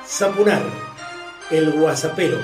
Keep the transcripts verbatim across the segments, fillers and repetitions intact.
Zapunar, el guasapero.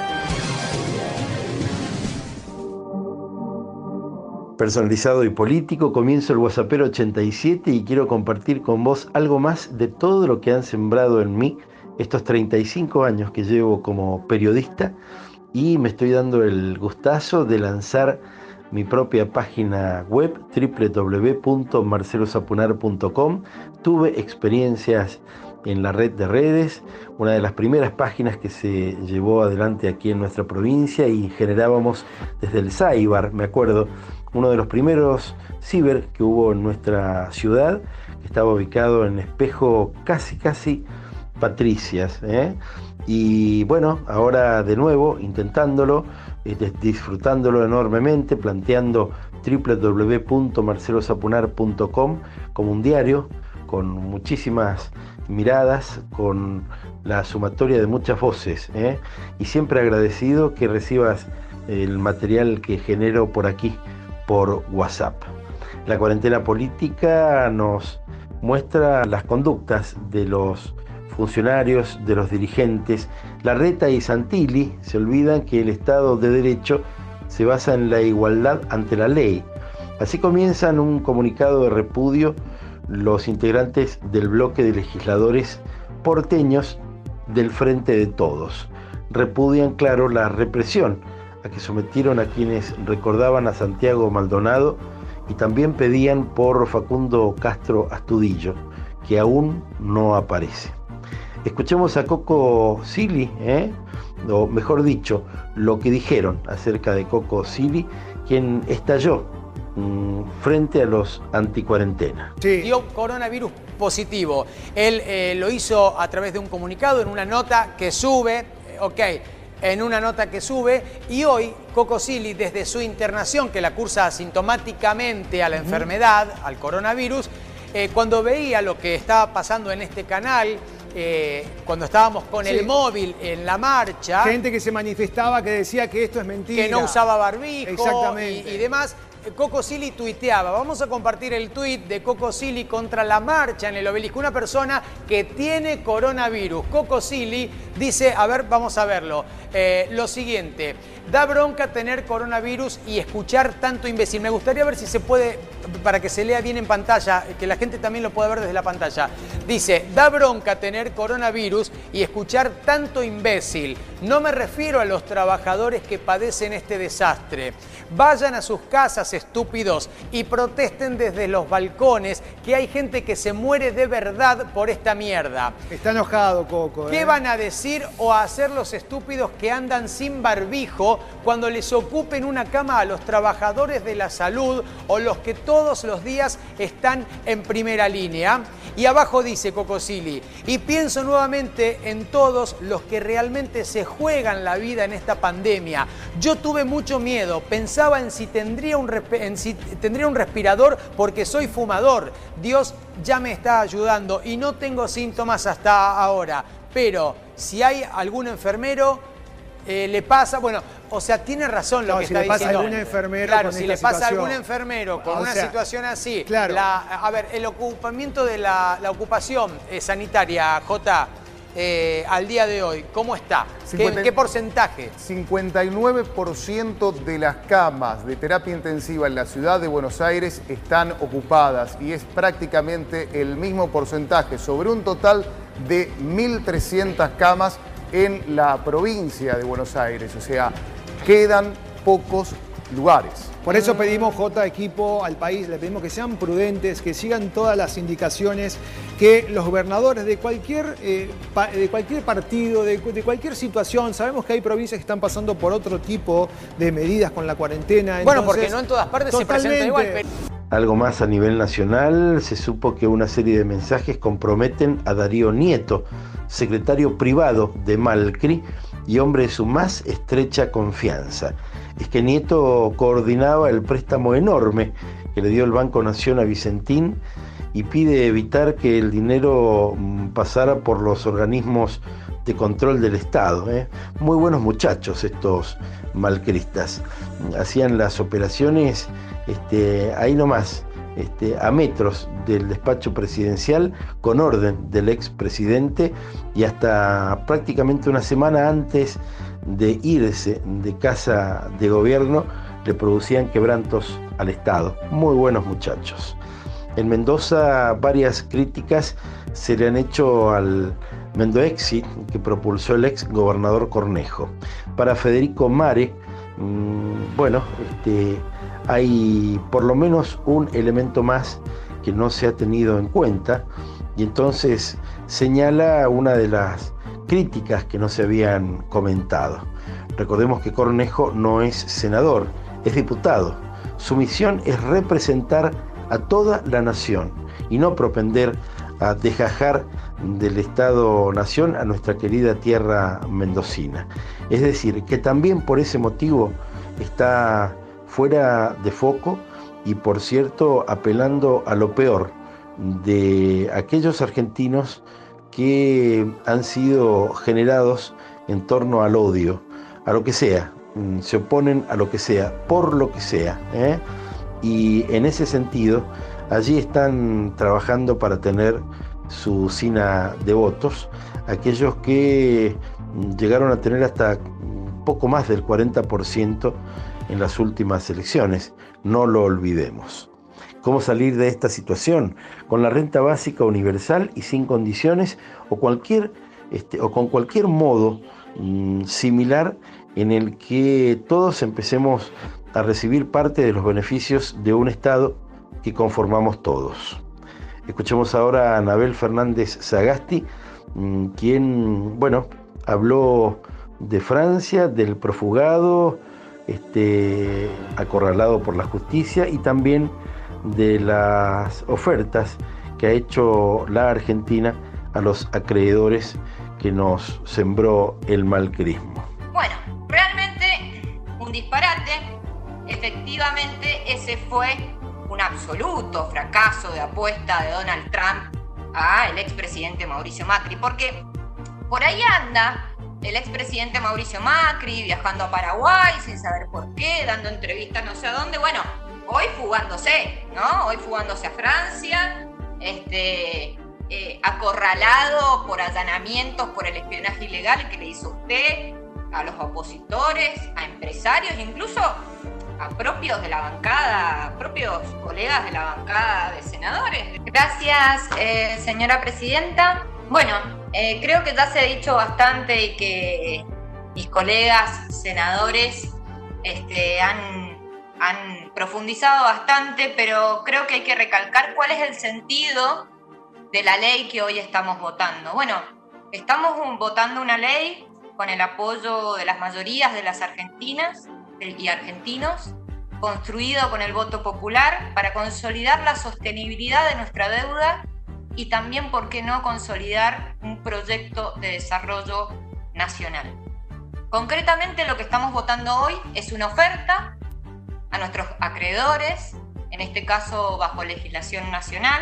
Personalizado y político, comienzo el Guasapero ochenta y siete y quiero compartir con vos algo más de todo lo que han sembrado en mí estos treinta y cinco años que llevo como periodista, y me estoy dando el gustazo de lanzar mi propia página web doble u doble u doble u punto marcelo zapunar punto com. Tuve experiencias en la red de redes, una de las primeras páginas que se llevó adelante aquí en nuestra provincia, y generábamos desde el Cyber, me acuerdo, uno de los primeros ciber que hubo en nuestra ciudad, que estaba ubicado en Espejo, casi casi Patricias, ¿eh? Y bueno, ahora de nuevo intentándolo, eh, disfrutándolo enormemente, planteando doble u doble u doble u punto marcelo zapunar punto com como un diario con muchísimas miradas, con la sumatoria de muchas voces, ¿eh? Y siempre agradecido que recibas el material que genero por aquí, por WhatsApp. La cuarentena política nos muestra las conductas de los funcionarios, de los dirigentes. Larreta y Santilli se olvidan que el Estado de Derecho se basa en la igualdad ante la ley. Así comienzan un comunicado de repudio los integrantes del bloque de legisladores porteños del Frente de Todos. Repudian, claro, la represión a que sometieron a quienes recordaban a Santiago Maldonado, y también pedían por Facundo Castro Astudillo, que aún no aparece. Escuchemos a Coco Silly, ¿eh? o mejor dicho, lo que dijeron acerca de Coco Silly, quien estalló mmm, frente a los anticuarentena. Sí. Dio coronavirus positivo. Él eh, lo hizo a través de un comunicado, en una nota que sube, eh, ok, en una nota que sube, y hoy Coco Silly, desde su internación, que la cursa asintomáticamente a la uh-huh. enfermedad, al coronavirus, eh, cuando veía lo que estaba pasando en este canal, eh, cuando estábamos con sí. el móvil en la marcha... Gente que se manifestaba, que decía que esto es mentira. Que no usaba barbijo. Exactamente. Y, y demás. Coco Silly tuiteaba. Vamos a compartir el tuit de Coco Silly contra la marcha en el obelisco. Una persona que tiene coronavirus. Coco Silly dice, a ver, vamos a verlo. Eh, lo siguiente, da bronca tener coronavirus y escuchar tanto imbécil. Me gustaría ver si se puede, para que se lea bien en pantalla, que la gente también lo pueda ver desde la pantalla. Dice, da bronca tener coronavirus y escuchar tanto imbécil. No me refiero a los trabajadores que padecen este desastre. Vayan a sus casas, estúpidos, y protesten desde los balcones, que hay gente que se muere de verdad por esta mierda. Está enojado, Coco. ¿eh? ¿Qué van a decir o a hacer los estúpidos que andan sin barbijo cuando les ocupen una cama a los trabajadores de la salud o los que todos los días están en primera línea? Y abajo dice Coco Silly, y pienso nuevamente en todos los que realmente se juegan la vida en esta pandemia. Yo tuve mucho miedo, pensaba en si tendría un, en si tendría un respirador porque soy fumador. Dios ya me está ayudando y no tengo síntomas hasta ahora. Pero si hay algún enfermero, eh, le pasa, bueno, o sea, tiene razón lo no, que si está le pasa diciendo. A algún enfermero claro, con si esta le pasa situación. a algún enfermero con o una sea, situación así, claro. la, a ver, el ocupamiento de la, la ocupación eh, sanitaria, J, eh, al día de hoy, ¿cómo está? cincuenta, ¿Qué, ¿Qué porcentaje? cincuenta y nueve por ciento de las camas de terapia intensiva en la ciudad de Buenos Aires están ocupadas, y es prácticamente el mismo porcentaje sobre un total de mil trescientas camas en la provincia de Buenos Aires. O sea, quedan pocos lugares. Por eso pedimos, J, equipo, al país, le pedimos que sean prudentes, que sigan todas las indicaciones, que los gobernadores de cualquier, eh, pa, de cualquier partido, de, de cualquier situación, sabemos que hay provincias que están pasando por otro tipo de medidas con la cuarentena. Bueno, entonces, porque no en todas partes totalmente. se presenta igual. Pero... Algo más a nivel nacional, se supo que una serie de mensajes comprometen a Darío Nieto, secretario privado de Malcri y hombre de su más estrecha confianza. Es que Nieto coordinaba el préstamo enorme que le dio el Banco Nación a Vicentín y pide evitar que el dinero pasara por los organismos de control del Estado. ¿eh? Muy buenos muchachos estos malcristas. Hacían las operaciones este, ahí nomás, este, a metros del despacho presidencial con orden del expresidente, y hasta prácticamente una semana antes de irse de casa de gobierno le producían quebrantos al Estado. Muy buenos muchachos. En Mendoza varias críticas se le han hecho al Mendoexit que propulsó el ex gobernador Cornejo. Para Federico Mare, mmm, bueno, este, hay por lo menos un elemento más que no se ha tenido en cuenta, y entonces señala una de las críticas que no se habían comentado. Recordemos que Cornejo no es senador, es diputado. Su misión es representar a toda la nación y no propender a desgajar del Estado-Nación a nuestra querida tierra mendocina. Es decir, que también por ese motivo está fuera de foco y, por cierto, apelando a lo peor de aquellos argentinos que han sido generados en torno al odio, a lo que sea, se oponen a lo que sea, por lo que sea, ¿eh? Y en ese sentido, allí están trabajando para tener su cina de votos aquellos que llegaron a tener hasta poco más del cuarenta por ciento en las últimas elecciones. No lo olvidemos. ¿Cómo salir de esta situación? Con la renta básica universal y sin condiciones, o cualquier este, o con cualquier modo mmm, similar en el que todos empecemos a recibir parte de los beneficios de un Estado que conformamos todos. Escuchemos ahora a Anabel Fernández Sagasti, quien, bueno, habló de Francia, del profugado, este, acorralado por la justicia, y también de las ofertas que ha hecho la Argentina a los acreedores que nos sembró el malcrismo. Bueno, realmente un disparate. Efectivamente, ese fue un absoluto fracaso de apuesta de Donald Trump al expresidente Mauricio Macri, porque por ahí anda el expresidente Mauricio Macri viajando a Paraguay sin saber por qué, dando entrevistas no sé a dónde, bueno, hoy fugándose, ¿no? Hoy fugándose a Francia, este, eh, acorralado por allanamientos por el espionaje ilegal que le hizo usted a los opositores, a empresarios, incluso a propios de la bancada, propios colegas de la bancada de senadores. Gracias, eh, señora presidenta. Bueno, eh, creo que ya se ha dicho bastante y que mis colegas senadores este, han, han profundizado bastante, pero creo que hay que recalcar cuál es el sentido de la ley que hoy estamos votando. Bueno, estamos votando una ley con el apoyo de las mayorías de las argentinas y argentinos, construido con el voto popular para consolidar la sostenibilidad de nuestra deuda y también, ¿por qué no?, consolidar un proyecto de desarrollo nacional. Concretamente, lo que estamos votando hoy es una oferta a nuestros acreedores, en este caso bajo legislación nacional,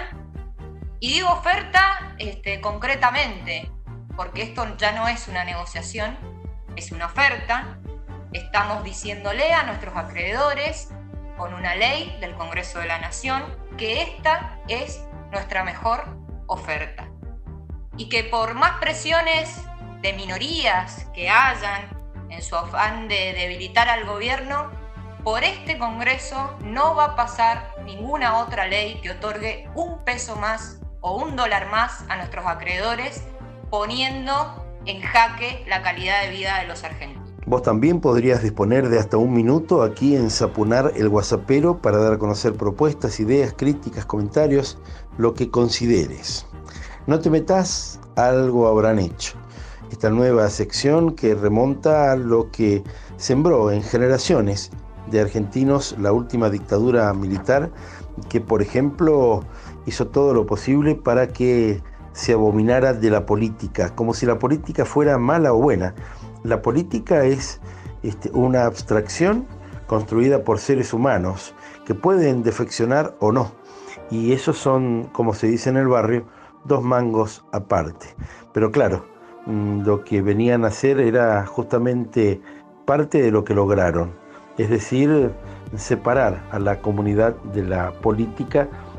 y digo oferta este, concretamente, porque esto ya no es una negociación, es una oferta. Estamos diciéndole a nuestros acreedores, con una ley del Congreso de la Nación, que esta es nuestra mejor oferta. Y que por más presiones de minorías que hayan en su afán de debilitar al gobierno, por este Congreso no va a pasar ninguna otra ley que otorgue un peso más o un dólar más a nuestros acreedores, poniendo en jaque la calidad de vida de los argentinos. Vos también podrías disponer de hasta un minuto aquí en Sapunar el Guasapero para dar a conocer propuestas, ideas, críticas, comentarios, lo que consideres. No te metas, algo habrán hecho. Esta nueva sección que remonta a lo que sembró en generaciones de argentinos la última dictadura militar, que por ejemplo hizo todo lo posible para que se abominara de la política, como si la política fuera mala o buena. La política es este, una abstracción construida por seres humanos que pueden defeccionar o no. Y esos son, como se dice en el barrio, dos mangos aparte. Pero claro, lo que venían a hacer era justamente parte de lo que lograron. Es decir, separar a la comunidad de la política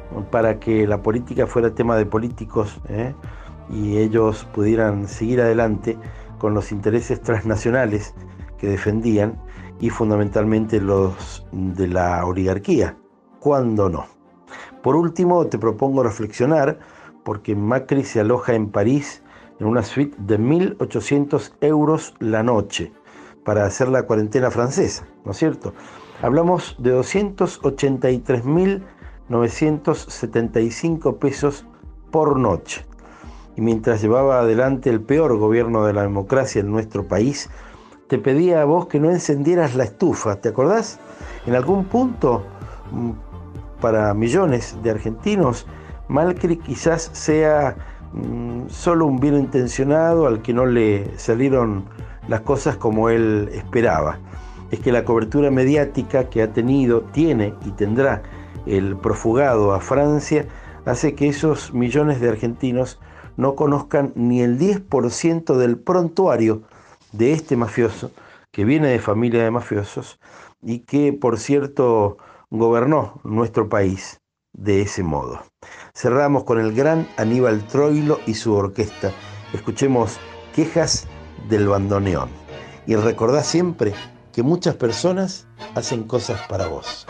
para que la política fuera tema de políticos, ¿eh? y ellos pudieran seguir adelante con los intereses transnacionales que defendían y fundamentalmente los de la oligarquía. ¿Cuándo no? Por último, te propongo reflexionar porque Macri se aloja en París en una suite de mil ochocientos euros la noche para hacer la cuarentena francesa, ¿no es cierto? Hablamos de doscientos ochenta y tres mil novecientos setenta y cinco pesos por noche. Y mientras llevaba adelante el peor gobierno de la democracia en nuestro país, te pedía a vos que no encendieras la estufa, ¿te acordás? En algún punto, para millones de argentinos, Macri quizás sea mmm, solo un bien intencionado al que no le salieron las cosas como él esperaba. Es que la cobertura mediática que ha tenido, tiene y tendrá el profugado a Francia hace que esos millones de argentinos no conozcan ni el diez por ciento del prontuario de este mafioso, que viene de familia de mafiosos y que, por cierto, gobernó nuestro país de ese modo. Cerramos con el gran Aníbal Troilo y su orquesta. Escuchemos Quejas del Bandoneón. Y recordá siempre que muchas personas hacen cosas para vos.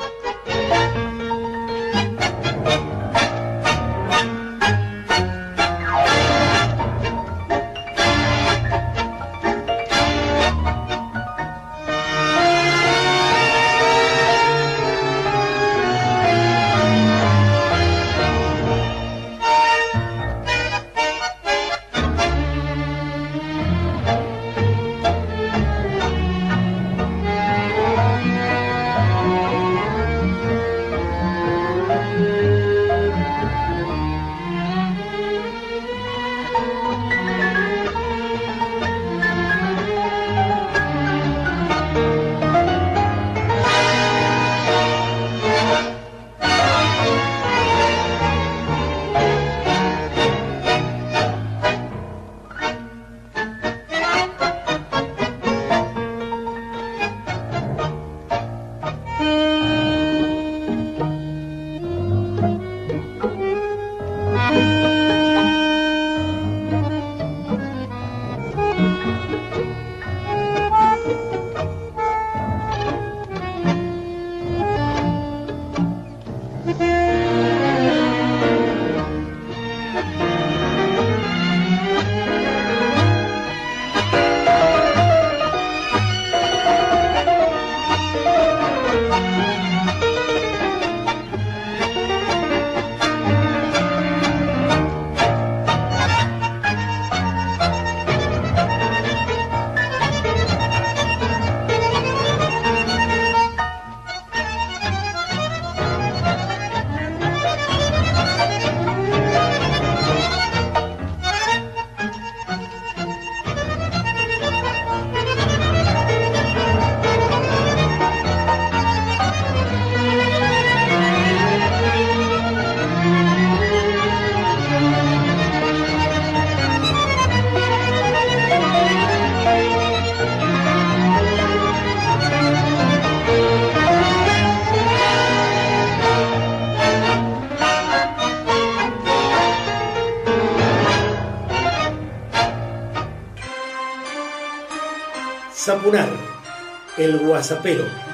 Zapunar, el guasapero.